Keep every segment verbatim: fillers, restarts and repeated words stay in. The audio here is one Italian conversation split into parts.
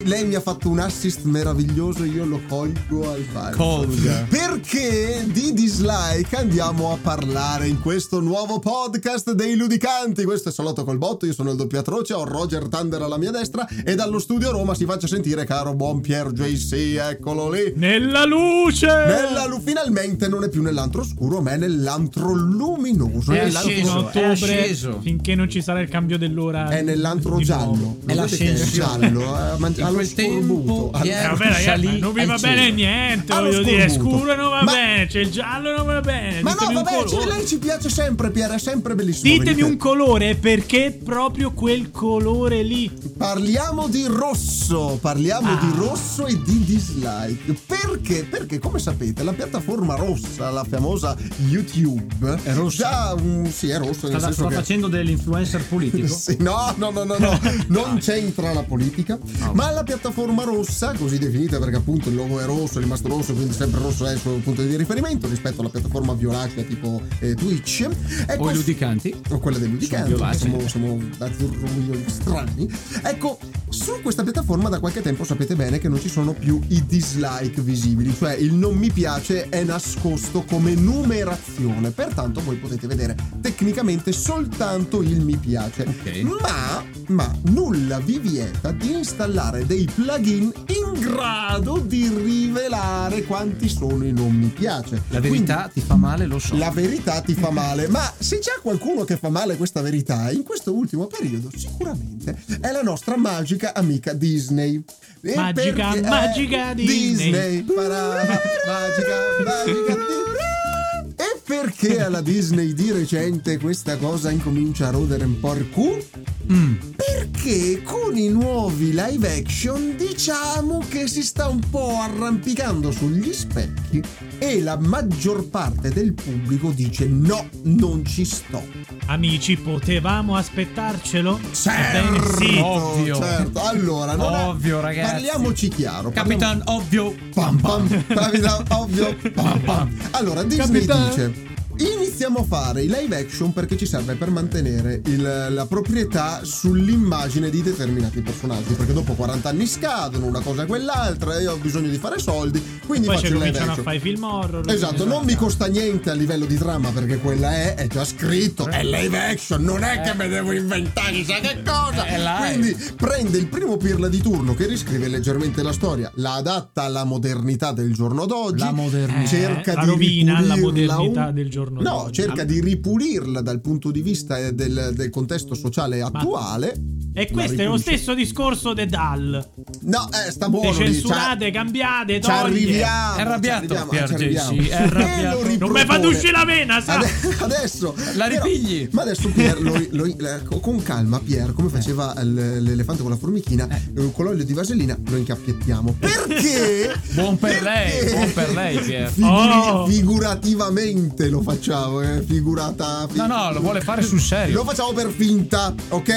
lei mi ha fatto un assist meraviglioso, io lo colgo al balzo. Colga. Perché di Dislike andiamo a parlare in questo nuovo podcast dei Ludicanti. Questo è Salotto col Botto, io sono il doppio atroce, ho Roger Thunder alla mia destra e dallo studio Roma si faccia sentire caro buon Pier J C, eccolo lì. Nella luce! Nella lu- finalmente non è più nell'antro oscuro, ma è nell'antro luminoso. È nell'antro asceso, ottobre, è asceso. finché non ci sarà il cambio dell'ora. È nell'antro di giallo. nuovo. Lo vedete che è l'ascensione. giallo, eh, man- In allo quel tempo scorbuto. chi Eh, era? vabbè, ragazzi, Salì ma non vi al va cielo. bene niente, Allo voglio dire, scorbuto. scuro non va Ma- bene, c'è il giallo non va bene. Ma ditemi no, un vabbè, colore. cioè, lei ci piace sempre, Pier, è sempre bellissimo. Ditemi venite. un colore, perché proprio quel colore lì? Parliamo di rosso, parliamo Ah. di rosso e di dislike. Perché? Perché come sapete la piattaforma rossa, la famosa YouTube, È rossa? già un, sì, è rosso nel Sta, senso sta che facendo dell'influencer politico? Sì, no, no, no, no, no, non c'entra la politica, ma la piattaforma rossa, così definita perché appunto il logo è rosso, è rimasto rosso, quindi sempre rosso è il suo punto di riferimento rispetto alla piattaforma violacea tipo eh, Twitch. Ecco, O i ludicanti? o quella dei ludicanti, Sono violacei. siamo, siamo azzurrognoli strani. Ecco, su questa piattaforma da qualche tempo sapete bene che non ci sono più i dislike visibili, cioè il non mi piace è nascosto come numerazione, pertanto voi potete vedere tecnicamente soltanto il mi piace. Ok. Ma, ma nulla vi vieta di installare dei plugin in grado di rivelare quanti sono i non mi piace. La verità ti fa male, lo so. La verità ti fa male, ma se c'è qualcuno che fa male questa verità in questo ultimo periodo sicuramente è la nostra magica amica Disney. E Magica, perché- magica eh, Disney. Disney parà, magica, magica Disney. E perché alla Disney di recente questa cosa incomincia a rodere un po' il cu? Mm. Perché con i nuovi live action diciamo che si sta un po' arrampicando sugli specchi e la maggior parte del pubblico dice no, non ci sto. Amici, potevamo aspettarcelo? Certo, Ebbene sì. Ovvio. certo. Allora, non è- Ovvio, ragazzi. parliamoci chiaro. Capitan Ovvio. Pam pam, Capitan ovvio. Pam pam. Allora Disney Capitan. dice: iniziamo a fare i live action perché ci serve per mantenere il- la proprietà sull'immagine di determinati personaggi, perché dopo quaranta anni scadono una cosa e quell'altra e io ho bisogno di fare soldi, quindi Poi faccio ci il live cominciano a action. fare i film horror. Esatto, non mi costa niente a livello di trama perché quella è, è già scritto, è live action, non è che me devo inventare chissà che cosa. È live. Quindi prende il primo pirla di turno che riscrive leggermente la storia, la adatta alla modernità del giorno d'oggi, La modernità. cerca Eh, la di rovina la ripulirla modernità un- del giorno No, d'oggi. cerca di ripulirla dal punto di vista del, del contesto sociale attuale. E La questo è lo ripulisce. stesso discorso de Dal. No, eh, sta buono lì, Decensurate, ci- cambiate, ci toglie. arriviamo. È arrabbiato, ci arriviamo, Pier ci J C, arriviamo. è arrabbiato. E lo Non mi ripropone. fate uscire la vena, sa? Ade- Adesso La però- ripigli. ma adesso Pier lo, lo- lo- con calma Pier, come faceva l- l'elefante con la formichina, eh, con l'olio di vasellina lo incappettiamo. Perché? Buon per Perché? lei, buon per lei, Pier. Figuri- Oh. Figurativamente lo facciamo, eh, figurata. No, no, lo vuole fare sul serio. Lo facciamo per finta,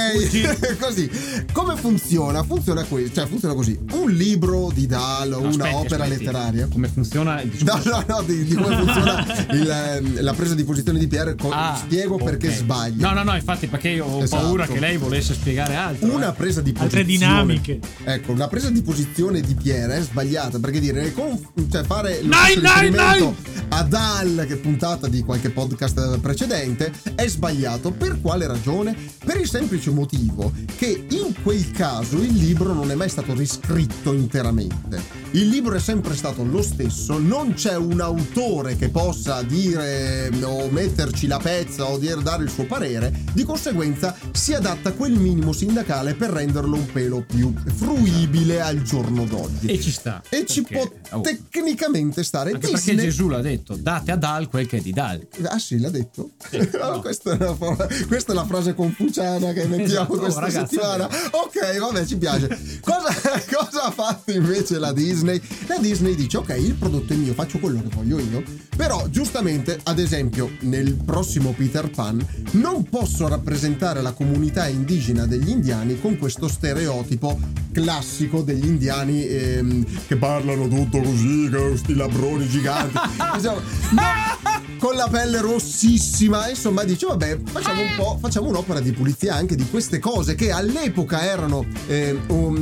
ok? Così. Come funziona? Funziona, que- cioè, funziona così. Un libro di Dahl o No, una aspetti, opera aspetti. letteraria. Come funziona il discorso? No, no, no, di, di come funziona il, ehm, la presa di posizione di Pier. co- Ah, spiego perché ok. sbaglia. No, no, no, infatti perché io ho Esatto. paura che lei volesse spiegare altro. Una eh. presa di posizione. Altre dinamiche. Ecco, una presa di posizione di Pier è sbagliata perché dire con, cioè fare lo Nai, stesso nai, riferimento a Dahl, che puntata di qualche podcast precedente, è sbagliato. Per quale ragione? Per il semplice motivo che in quel caso il libro non è mai stato riscritto interamente. Il libro è sempre stato lo stesso, non c'è un autore che possa dire o metterci la pezza o dire dare il suo parere, di conseguenza si adatta quel minimo sindacale per renderlo un pelo più fruibile al giorno d'oggi. E ci sta. E ci Perché- può oh. tecnicamente stare. Anche perché Disney- Gesù l'ha detto, date a Dal quel che è di Dal. Ah sì, l'ha detto? no. questa, è una fra- questa è la frase confuciana che mettiamo Esatto, questa ragazzi, settimana. Ok, vabbè, ci piace. Cosa, cosa ha fatto invece la Disney? La Disney dice, ok, il prodotto è mio, faccio quello che voglio io, però giustamente, ad esempio, nel prossimo Peter Pan non posso rappresentare la comunità indigena degli indiani con questo stereotipo classico degli indiani ehm, che parlano tutto così, con questi labroni giganti. Diciamo, no, con la pelle rossissima, insomma dice vabbè facciamo un po', facciamo un'opera di pulizia anche di queste cose che all'epoca erano eh, um,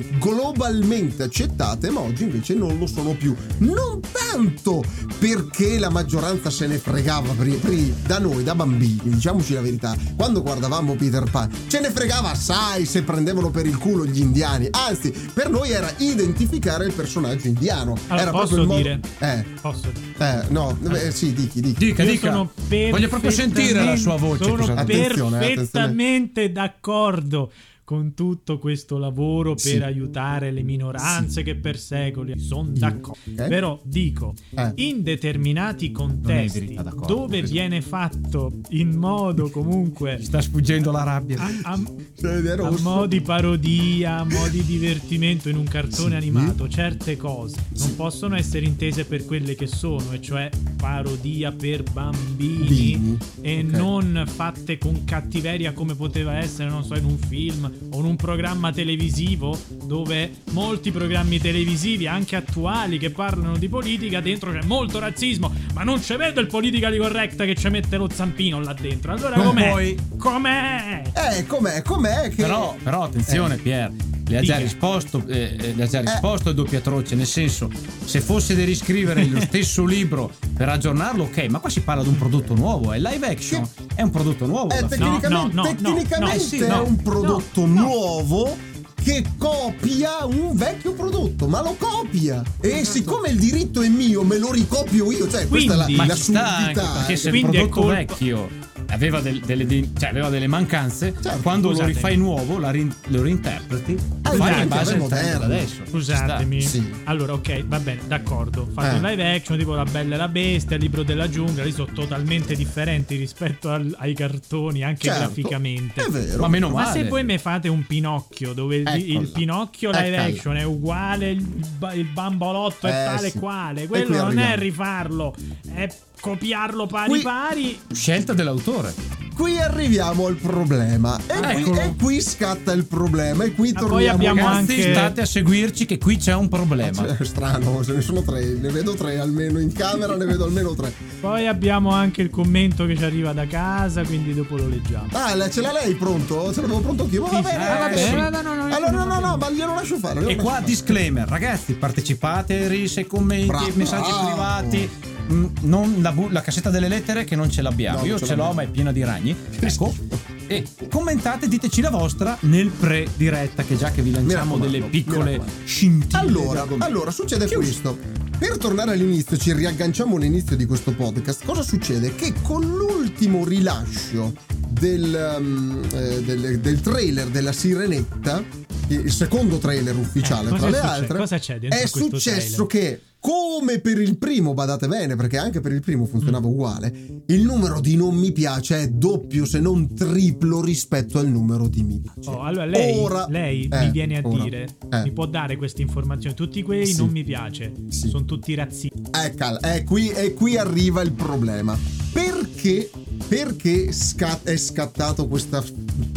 globalmente accettate, ma oggi invece non lo sono più. Non tanto perché la maggioranza se ne fregava pri- pri- da noi, da bambini, diciamoci la verità, quando guardavamo Peter Pan, ce ne fregava assai se prendevano per il culo gli indiani, anzi, per noi era identificare il personaggio indiano. Allora, era posso proprio il modo... dire? Eh, Posso? eh, no, eh, sì, dichi, dichi. Dica, Io dica. sono Voglio proprio sentire la sua voce. Sono cosa- Attenzione, perfettamente d'accordo con tutto questo lavoro per Sì. aiutare le minoranze che per secoli sono d'accordo. Ok. Però dico, Eh. in determinati contesti verità, d'accordo, dove questo. viene fatto in modo comunque Mi sta sfuggendo la rabbia. a, a- Sei a rosso. modi parodia, a modi di divertimento in un cartone Sì. animato, certe cose non possono essere intese per quelle che sono, e cioè parodia per bambini Bini. e Ok. non fatte con cattiveria come poteva essere, non so, in un film o in un programma televisivo, dove molti programmi televisivi anche attuali che parlano di politica, dentro c'è molto razzismo, ma non ci vedo il politically correct che ci mette lo zampino là dentro. Allora Non com'è? puoi. Com'è? Eh, com'è, com'è che... Però, però attenzione, Pier, le ha già Dica. risposto, eh, eh, le ha già risposto il doppiatroce, nel senso, se fosse da riscrivere lo stesso libro per aggiornarlo, ok, ma qua si parla di un prodotto nuovo, è live action, è un prodotto nuovo. Eh, alla fine. tecnicamente, No, no, no, tecnicamente no, eh sì, è no, un prodotto no, no. nuovo che copia un vecchio prodotto, ma lo copia. E siccome il diritto è mio, me lo ricopio io. Cioè, questa è la, Quindi- Ma la ci sta anche, surdità. perché se il Quindi è prodotto colpa- vecchio aveva, del- delle, de- cioè aveva delle mancanze, Certo, quando scusate. lo rifai nuovo, la rin- lo reinterpreti, Ah, lo fai esatto, in base è al tempo moderno. adesso. Scusatemi. Ci sta, sì. Allora, ok, va bene, d'accordo. Fate Eh. un live action tipo La Bella e la Bestia, il Libro della Giungla, lì sono totalmente differenti rispetto al- ai cartoni, anche Certo, graficamente. è vero. Ma meno Ma male. se voi mi fate un Pinocchio dove il, Eccola. il Pinocchio live Eccola. action è uguale, il, ba- il bambolotto è Eh, tale e sì. quale, E quello qui non arriviamo. è rifarlo, è copiarlo pari Qui- pari. Scelta dell'autore. Qui arriviamo al problema. E, qui, Eccolo. e qui scatta il problema. E qui Ma poi torniamo abbiamo Ragazzi, anche- state a seguirci che qui c'è un problema. Cioè, strano, ce ne sono tre. Ne vedo tre almeno in camera, ne vedo almeno tre. Poi abbiamo anche il commento che ci arriva da casa, quindi dopo lo leggiamo. Ah, la- ce l'ha lei pronto? Ce l'avevo pronto anch'io. Ma Sì, va sì, bene, eh, va bene. sì. va- No, no, no, allora, no, no, no, no. no, ma glielo lascio fare. glielo E lascio qua fare. disclaimer, ragazzi, partecipate, ris- commenti, Bravo. messaggi Bravo. privati. mm, Non la, bu- la cassetta delle lettere che non ce l'abbiamo. No, Io non ce ce l'ho, l'abbiamo. ma è piena di ragni. Ecco. E commentate, diteci la vostra nel pre-diretta, che già che vi lanciamo raccomando, delle mi piccole raccomando. scintille. di Allora, argomenti. allora, succede questo. Per tornare all'inizio, ci riagganciamo all'inizio di questo podcast. Cosa succede? Che con l'ultimo rilascio del, um, eh, del, del trailer della Sirenetta, il secondo trailer ufficiale Eh, cosa tra le è successo? altre, Cosa c'è dentro è questo successo trailer? che, come per il primo, badate bene, perché anche per il primo funzionava Mm. uguale, il numero di non mi piace è doppio se non triplo rispetto al numero di mi piace. Oh, allora lei, Ora- lei eh, mi viene a ora. dire, Eh. mi può dare queste informazioni? Tutti quei Sì. non mi piace, Sì. sono tutti razzisti. Ecco, è qui, è qui arriva il problema. Perché? Perché scat- è scattato questa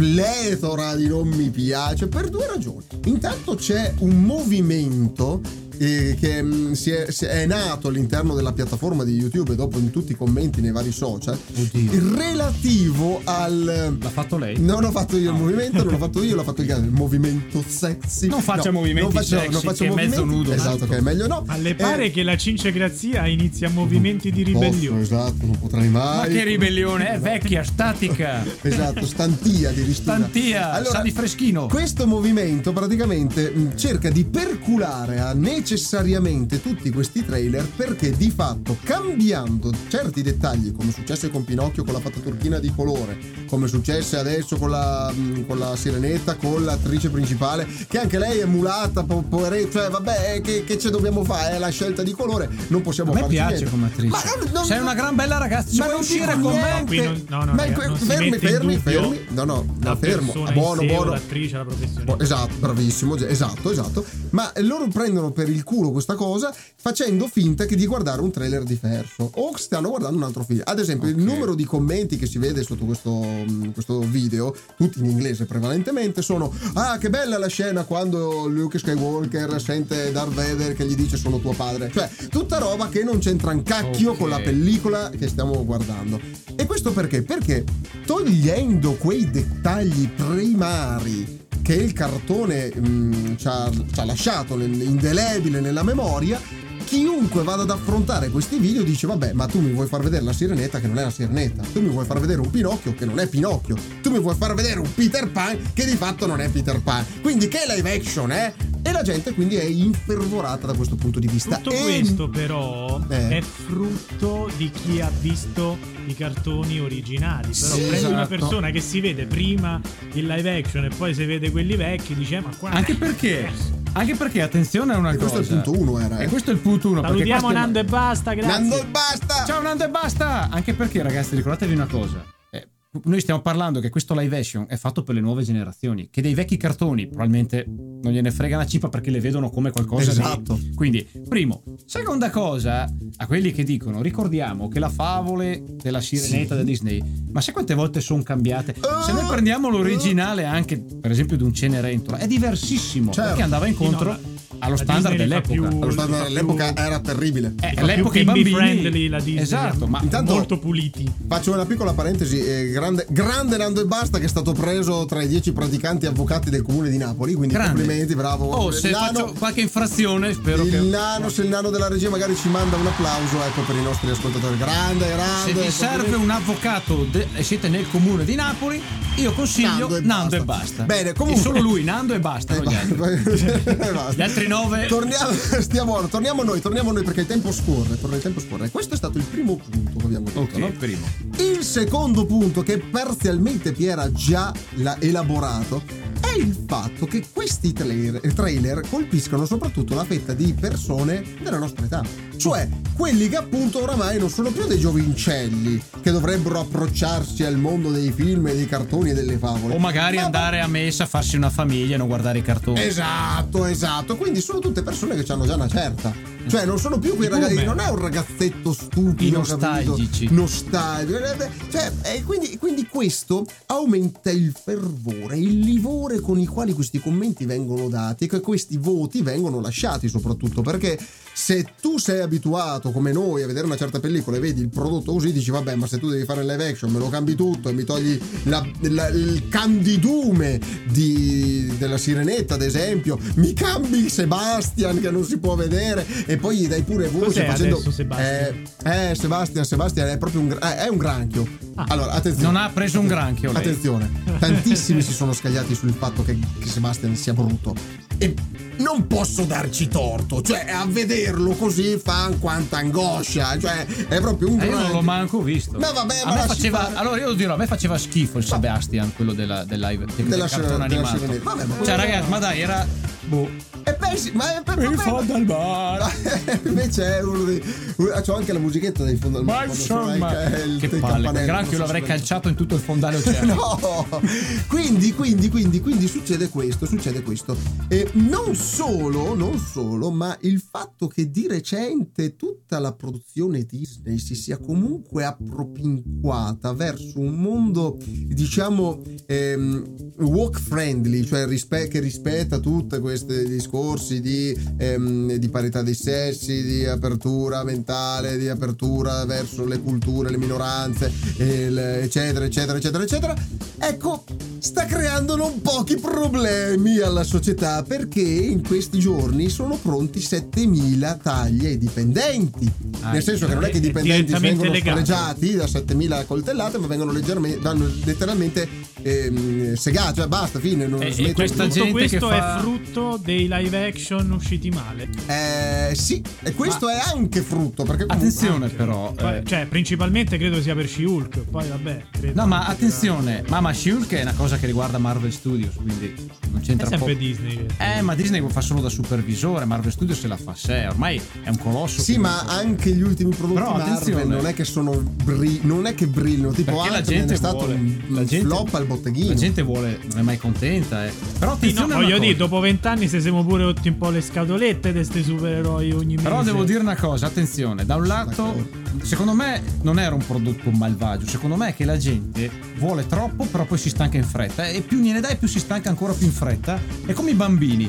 pletora di non mi piace? Per due ragioni. Intanto c'è un movimento eh, che mh, si, è, si è nato all'interno della piattaforma di YouTube e dopo in tutti i commenti nei vari social, Oddio. relativo al... L'ha fatto lei? Non ho fatto io il No. movimento, non l'ho fatto io, l'ho fatto il, il movimento sexy. Non faccia movimenti non faccio, sexy, non faccio che è mezzo movimenti. nudo, Esatto, Marco. che è meglio no. Ma le Eh, pare che la cinciagrazia inizia movimenti di ribellione? Posso, esatto, non potrei mai. Ma che ribellione, è vecchia, statica. Esatto, stantia di ristura. Stantia, sa di freschino. Questo movimento praticamente mh, cerca di perculare a necessariamente tutti questi trailer, perché di fatto, cambiando certi dettagli, come successe con Pinocchio con la fatta turchina di colore, come successe adesso con la, mh, con la Sirenetta, con l'attrice principale, che anche lei è mulata, po- poveretto, cioè vabbè, che, che ce dobbiamo fare? È la scelta di colore, non possiamo A me farci piace niente. come attrice. Ma non- Sei una gran bella ragazza. Ma Vuoi non uscire dico con me? niente. Qui non- no, no, Ma raga, que- non si fermi, mette in fermi, dubbio fermi. No, no, la no, fermo. persona Buono, in sé o buono. l'attrice, la professionista. Esatto, bravissimo, esatto, esatto. Ma loro prendono per il culo questa cosa facendo finta che di guardare un trailer diverso o stanno guardando un altro film. Ad esempio, Ok. il numero di commenti che si vede sotto questo, mh, questo video, tutti in inglese prevalentemente, sono: ah, che bella la scena quando Luke Skywalker sente Darth Vader che gli dice sono tuo padre. Cioè, tutta roba che non c'entra un cacchio Ok. con la pellicola che stiamo guardando. E questo perché? Perché togliendo quei dettagli primari che il cartone mh, ci, ha, ci ha lasciato nel, indelebile nella memoria, chiunque vada ad affrontare questi video dice vabbè, ma tu mi vuoi far vedere la Sirenetta che non è la Sirenetta, tu mi vuoi far vedere un Pinocchio che non è Pinocchio, tu mi vuoi far vedere un Peter Pan che di fatto non è Peter Pan, quindi che live action è? E la gente quindi è infervorata da questo punto di vista. Tutto e... questo però eh. è frutto di chi ha visto i cartoni originali. Però Sì, prendi esatto. una persona che si vede prima il live action e poi si vede quelli vecchi, dice ma qua Anche perché, anche perché attenzione a una E cosa. questo è il punto uno, era. E eh. questo è il punto uno. perché salutiamo questo è- Nando e basta, grazie. Nando, basta! Ciao Nando e basta! Anche perché, ragazzi, ricordatevi una cosa. Eh, noi stiamo parlando che questo live action è fatto per le nuove generazioni, che dei vecchi cartoni probabilmente non gliene frega una cipa perché le vedono come qualcosa Esatto. di... Quindi, primo. Seconda cosa, a quelli che dicono, ricordiamo che la favole della Sirenetta Sì. da Disney, ma sai quante volte sono cambiate? Se noi Uh, prendiamo l'originale anche, per esempio, di un Cenerentola, è diversissimo, Certo. perché andava incontro Sì, no, la- allo la standard Disney li fa dell'epoca. più- Allo standard più- dell'epoca era terribile. Eh, Li fa all'epoca più i bimbi bambini friendly la Disney. esatto, ma Intanto- molto puliti. Faccio una piccola parentesi, eh, grande, grande Nando e basta che è stato preso tra i dieci praticanti avvocati del comune di Napoli, quindi Grande. complimenti, bravo. Oh, Il se nano- faccio qualche infrazione, spero il che nano, se il nano della regia magari ci manda un applauso, ecco, per i nostri ascoltatori. Grande, se grande. vi serve un avvocato de- e siete nel comune di Napoli, io consiglio Nando Nando e e, basta. basta. Bene, E comunque- solo lui, Nando e basta, non gli altri. Gli altri nove. Torniamo, stiamo, torniamo noi, torniamo noi perché il tempo scorre, torna il tempo scorre. Questo è stato il primo punto che abbiamo detto, Ok, no? primo. Il secondo punto che parzialmente Piera già l'ha elaborato è il fatto che questi trailer, trailer colpiscono soprattutto la fetta di persone della nostra età, cioè quelli che appunto oramai non sono più dei giovincelli che dovrebbero approcciarsi al mondo dei film e dei cartoni e delle favole, O magari ma- andare a messa, farsi una famiglia e non guardare i cartoni. Esatto, esatto. Quindi sono tutte persone che hanno già una certa. Cioè, non sono più quei ragazzi. Boomer. Non è un ragazzetto stupido. I nostalgici. capito? Nostalgico. Cioè, e quindi, quindi questo aumenta il fervore, il livore con i quali questi commenti vengono dati e che questi voti vengono lasciati, soprattutto perché se tu sei abituato come noi a vedere una certa pellicola e vedi il prodotto così, dici vabbè, ma se tu devi fare il live action me lo cambi tutto e mi togli la- la- il candidume di, della Sirenetta, ad esempio, mi cambi Sebastian che non si può vedere e poi gli dai pure voce Cos'è facendo adesso Sebastian? eh, eh Sebastian Sebastian è proprio un gra- eh, è un granchio. Ah. Allora, attenzione. Non ha preso un granchio lei. Attenzione, tantissimi si sono scagliati sul fatto che, che Sebastian sia brutto e non posso darci torto, cioè a vederlo così fa quanta angoscia, cioè è proprio un Eh, io non gran- l'ho manco visto. Ma vabbè, a ma me lasci faceva, fare. allora io lo dirò, a me faceva schifo il Sebastian, quello della, del live del Della cartone Sir- della animato. Sirenetta. Vabbè, ma Cioè, quello- ragazzi, ma dai, era boh. E pensi, ma è per In fondo al bar. invece è uno dei un- c'ho anche la musichetta dei fondo al Ma quando suona insomma, il- il- che il palle, campanello, quel granchio non so l'avrei se- calciato in tutto il fondale oceanico. No, quindi, quindi, quindi, quindi succede questo, succede questo. E non solo, non solo, ma il fatto che di recente tutta la produzione Disney si sia comunque appropinquata verso un mondo, diciamo, ehm, walk friendly, cioè rispe- che rispetta tutti questi discorsi di, ehm, di parità dei sessi, di apertura mentale, di apertura verso le culture, le minoranze, e le- eccetera, eccetera, eccetera, eccetera. Ecco, sta creando non pochi problemi alla società perché in questi giorni sono pronti settemila tagli ai dipendenti. Ah, Nel senso che non è che i è dipendenti direttamente vengono legato. sfregiati da settemila coltellate, ma vengono leggermente, vanno letteralmente ehm, segati, cioè basta, fine, non E- e smettono questa di- Tutto gente questo che fa- è frutto dei live action usciti male. Eh, sì, e questo è anche frutto perché comunque Attenzione però. Poi- eh, Cioè, principalmente credo sia per She-Hulk. Poi vabbè. credo No, ma anche attenzione, Mama Shulk è una cosa che riguarda Marvel Studios, quindi non per- c'entra È sempre poco. Disney. Eh, ma Disney lo fa solo da supervisore, Marvel Studios se la fa sé, ormai è un colosso. sì, che- ma anche gli ultimi prodotti Però, Marvel attenzione. non è che sono bri- non è che brillano, tipo Perché la Ant-Man gente è stato vuole, un, la un gente- flop al botteghino. La gente vuole, non è mai contenta, eh. Però Sì, no, attenzione a una voglio cosa. dire, dopo vent'anni se siamo pure rotti un po' le scatolette di questi supereroi ogni mese. Però devo dire una cosa, attenzione, da un lato, secondo me non era un prodotto malvagio, secondo me è che la gente vuole troppo, però poi si stanca in fretta, e più gliene dai più si stanca ancora più in fretta, è come i bambini.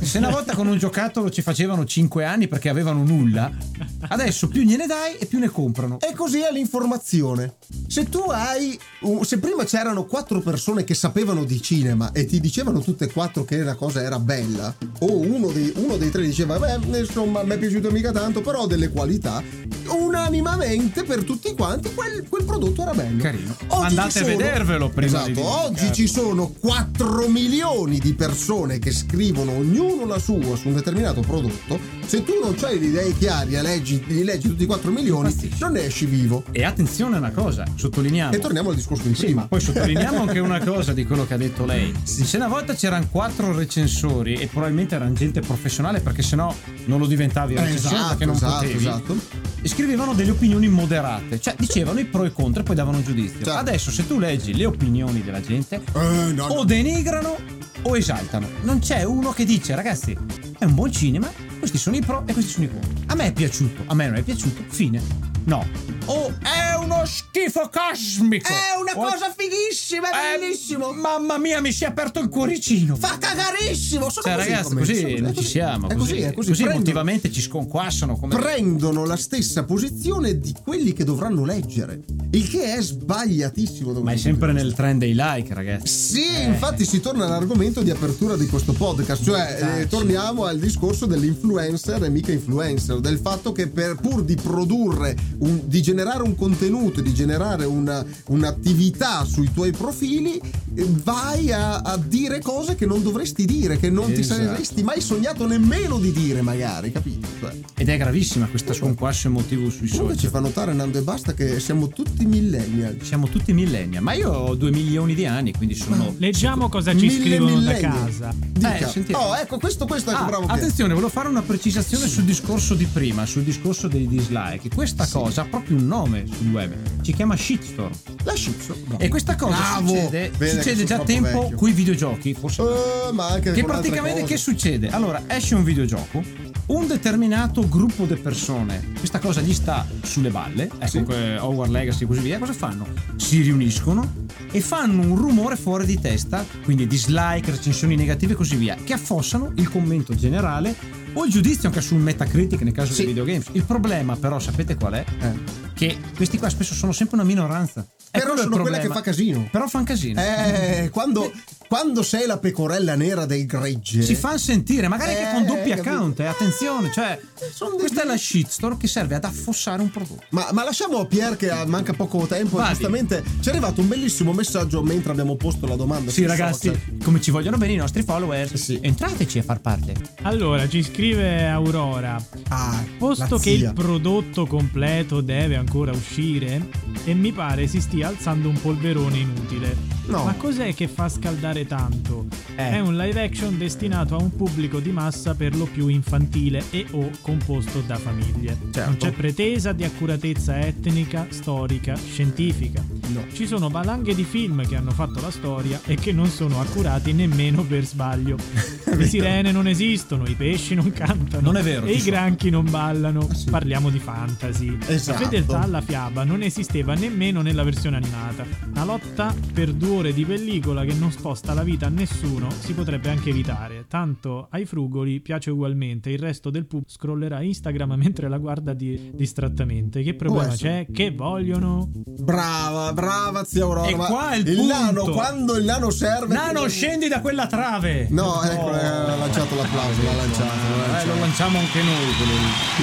Se una volta con un giocattolo ci facevano cinque anni perché avevano nulla, adesso più gliene dai e più ne comprano. E così è l'informazione. Se tu hai se prima c'erano quattro persone che sapevano di cinema e ti dicevano tutte e quattro che la cosa era bella, o uno dei, uno dei tre diceva beh insomma mi è piaciuto mica tanto però ha delle qualità, unanimamente per tutti quanti quel, quel prodotto era bello. Carino. Oggi andate sono, a vedervelo prima. Esatto, oggi ci sono quattro milioni di persone che scrivono ognuno la sua su un determinato prodotto. Se tu non hai le idee chiare, leggi, li leggi tutti i quattro milioni, Infatti. non ne esci vivo. E attenzione a una cosa, sottolineiamo. E torniamo al discorso di sì, prima. Poi sottolineiamo anche una cosa di quello che ha detto lei. Sì. Se una volta c'erano quattro recensori e probabilmente erano gente professionale perché sennò non lo diventavi recensore esatto, perché non esatto, potevi. Esatto. E scrivevano delle opinioni moderate, cioè dicevano i pro e i contro e poi davano un giudizio. Certo. Adesso se tu leggi le opinioni della gente eh, no, o no. denigrano o esaltano. Non c'è uno che dice ragazzi è un buon cinema, questi sono i pro e questi sono i contro. A me è piaciuto, a me non è piaciuto, fine. No. O è uno schifo cosmico. È una o cosa fighissima, è bellissimo. Mamma mia, mi si è aperto il cuoricino. Fa cagarissimo. Sono Cioè così, ragazzi, come così sono, non ci così. siamo. È Così, così, è così. così Prendono, emotivamente ci sconquassano come prendono la stessa posizione di quelli che dovranno leggere. Il che è sbagliatissimo. Ma è sempre nel trend dei like, ragazzi. Sì, eh. infatti si torna all'argomento di apertura di questo podcast, cioè eh, torniamo al discorso dell'influencer e mica influencer, del fatto che per pur di produrre un, di generare un contenuto, di generare una, un'attività sui tuoi profili, eh, vai a, a dire cose che non dovresti dire, che non esatto. ti saresti mai sognato nemmeno di dire, magari, capito? Cioè, ed è gravissima questa sconquasso emotivo sui comunque social. ci fa notare Nando e Basta che siamo tutti millennial. Siamo tutti millennial, ma io ho due milioni di anni, quindi sono. Leggiamo cosa ci Mille scrivono millennial. da casa. Dica. Eh, sentiamo. Oh, ecco, questo, questo ecco, Ah, bravo. attenzione, volevo fare una precisazione sul discorso di prima, sul discorso dei dislike. Questa Sì. cosa ha proprio un nome sul web, si chiama shitstorm. La shitstorm. E questa cosa Bravo. succede, Bene, succede che già sono a tempo troppo vecchio. coi videogiochi, forse. Eh, ma anche Che con altre praticamente cose. che succede? Allora, esce un videogioco, un determinato gruppo di persone, questa cosa gli sta sulle balle, ecco, Sì. que- Hogwarts Legacy e così via, cosa fanno? Si riuniscono e fanno un rumore fuori di testa, quindi dislike, recensioni negative e così via, che affossano il commento generale o il giudizio anche sul Metacritic nel caso Sì. dei videogames. Il problema però, sapete qual è? Eh. Che questi qua spesso sono sempre una minoranza. È Però quello il sono quella problema. che fa casino. Però fan casino. Eh, quando, quando sei la pecorella nera del gregge, Si fanno sentire, magari Eh, anche con doppi capito. account, eh, attenzione, cioè Sono dei- questa è la shitstorm che serve ad affossare un prodotto. Ma, ma lasciamo a Pier che ha- manca poco tempo. Vadi. Giustamente ci è arrivato un bellissimo messaggio mentre abbiamo posto la domanda. Sì, sui ragazzi, social. come ci vogliono bene i nostri followers, Sì. entrateci a far parte. Allora, ci scrive Aurora. Ah, Posto la che zia. il prodotto completo deve ancora uscire e mi pare si stia alzando un polverone inutile. No. Ma cos'è che fa scaldare tanto? Eh. È un live action destinato a un pubblico di massa per lo più infantile e o composto da famiglie. Certo. Non c'è pretesa di accuratezza etnica, storica, scientifica. No. Ci sono valanghe di film che hanno fatto la storia e che non sono accurati nemmeno per sbaglio. Le sirene non esistono, i pesci non cantano. Non è vero, E ci i sono. granchi non ballano. Ah, sì. Parliamo di fantasy. Esatto. La fedeltà alla fiaba non esisteva nemmeno nella versione animata. Una lotta per due ore di pellicola che non sposta la vita a nessuno si potrebbe anche evitare. Tanto ai frugoli piace ugualmente. Il resto del pub scrollerà Instagram mentre la guarda di- distrattamente. Che problema Può essere. c'è? Che vogliono? Brava, brava zia Aurora. E ma qua è il il punto. nano, quando il nano serve. Nano, scendi da quella trave! No, ecco, eh, ha lanciato l'applauso, l'ha lanciato. l'ha Eh, lanciato. lo lanciamo anche noi quello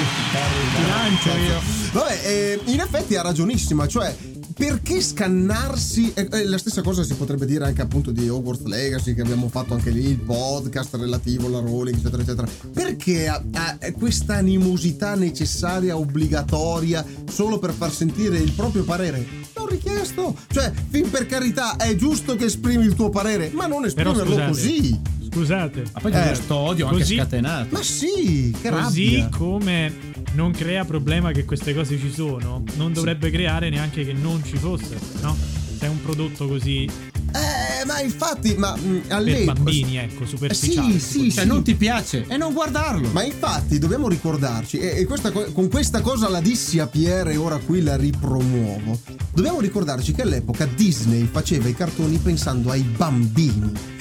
lì. Ti lancio io. Vabbè, eh, in effetti ha ragionissima, cioè perché scannarsi? E, e la stessa cosa si potrebbe dire anche appunto di Hogwarts Legacy, che abbiamo fatto anche lì il podcast relativo alla Rowling, eccetera, eccetera. Perché ha, ha questa animosità necessaria, obbligatoria, solo per far sentire il proprio parere? Non richiesto. Cioè, fin per carità, è giusto che esprimi il tuo parere, ma non Però esprimerlo scusate. così. Scusate. Ma poi Eh, questo odio anche così- scatenato. Ma sì, che Così rabbia. come non crea problema che queste cose ci sono, non dovrebbe creare neanche che non ci fossero, no? Se è un prodotto così Eh, ma infatti, ma mh, per all'epoca- bambini, ecco, superficiale. Eh, sì, sì, Cioè, non ti piace e non guardarlo. Ma infatti dobbiamo ricordarci, e, e questa, co- con questa cosa la dissi a Pierre e ora qui la ripromuovo. Dobbiamo ricordarci che all'epoca Disney faceva i cartoni pensando ai bambini.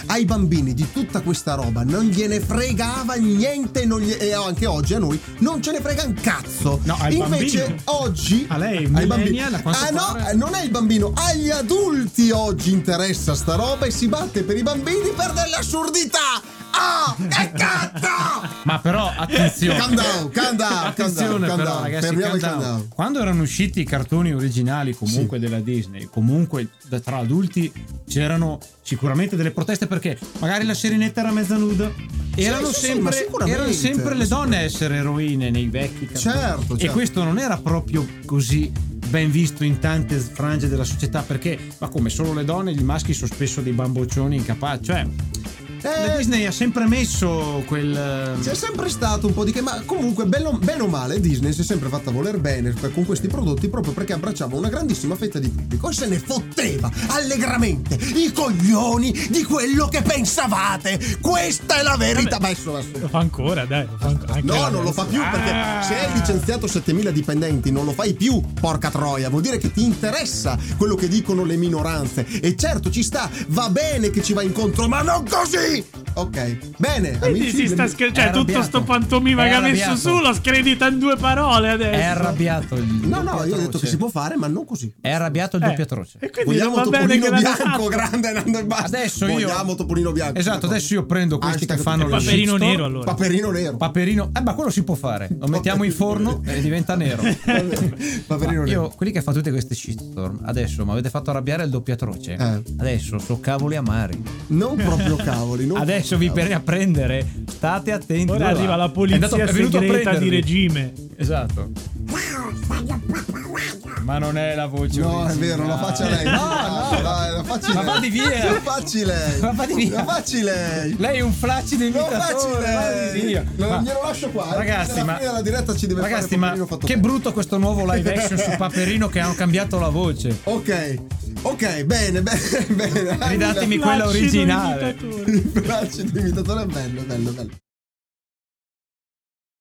ai bambini di tutta questa roba non gliene fregava niente, non gli- e anche oggi a noi non ce ne frega un cazzo. No, ai invece bambini. oggi A lei, ai bambini, millennial, a quanto ah no, pare. non è il bambino, agli adulti oggi interessa sta roba e si batte per i bambini per delle assurdità. Ah, che cazzo! Ma però attenzione. Calm down, calm down, Attenzione calm down, però, calm down. ragazzi, Fermiamo calm il calm down. down. Quando erano usciti i cartoni originali comunque della Disney, comunque da- tra adulti c'erano sicuramente delle proteste, perché magari la Sirenetta era mezza nuda. Erano, sì, sì, sempre, ma sicuramente, erano sempre le donne a essere eroine nei vecchi cartoni. Certo, E certo. questo non era proprio così ben visto in tante frange della società, perché ma come solo le donne, gli maschi sono spesso dei bamboccioni incapaci, cioè la Eh, Disney ha sempre messo quel C'è sempre stato un po' di che, ma comunque bello, bene o male Disney si è sempre fatta voler bene con questi prodotti proprio perché abbracciava una grandissima fetta di pubblico e se ne fotteva allegramente i coglioni di quello che pensavate. Questa è la verità. Vabbè, Messo, messo. Lo fa ancora, dai. Lo fa ancora. Anche No, la- non lo fa più perché Ah! se hai licenziato settemila dipendenti non lo fai più, porca troia, vuol dire che ti interessa quello che dicono le minoranze e certo ci sta, va bene che ci va incontro, ma non così. Ok, bene, Quindi amici, si sta le- scher- È cioè tutto arrabbiato. sto pantomima È che ha messo arrabbiato. su lo scredita in due parole adesso. è arrabbiato il No, no, io ho detto doppiatroce. che si può fare, ma non così. È arrabbiato il Eh, doppiatroce. E quindi Vogliamo non va bene Topolino che l'hanno bianco fatto. grande Nando e basta. Adesso io Vogliamo Topolino bianco. Esatto, adesso io prendo questi Hashtag che fanno Topolino le Paperino shitstorm. nero allora. Paperino nero. Paperino, eh ma quello si può fare. Lo mettiamo in forno e diventa nero. Paperino Ma nero. io, quelli che fa tutte queste shitstorm, adesso mi avete fatto arrabbiare il doppiatroce. Eh. Adesso so cavoli amari. Non proprio cavoli. Non Adesso vi verrete a prendere. State attenti. Ora Dove arriva va? la È polizia andato- è venuto a segreta di prendervi. regime. Esatto. Ma non è la voce No, è originale. vero, la faccia lei. No, no, dai, la facci Ma lei. vadi via. La facci lei. Ma vadi via. La facci lei. Lei è un flaccido Non imitatore. facci vadi lei. via. Non Ma- glielo lascio qua. eh, Ragazzi, se alla ma fine della diretta ci deve ragazzi, fare ma Paperino fatto che bene. brutto questo nuovo live action su Paperino che hanno cambiato la voce. Ok. Ok, bene, bene, bene. Ridatemi quella Flaccido originale. imitatore. Il braccio di imitatore è bello, bello, bello.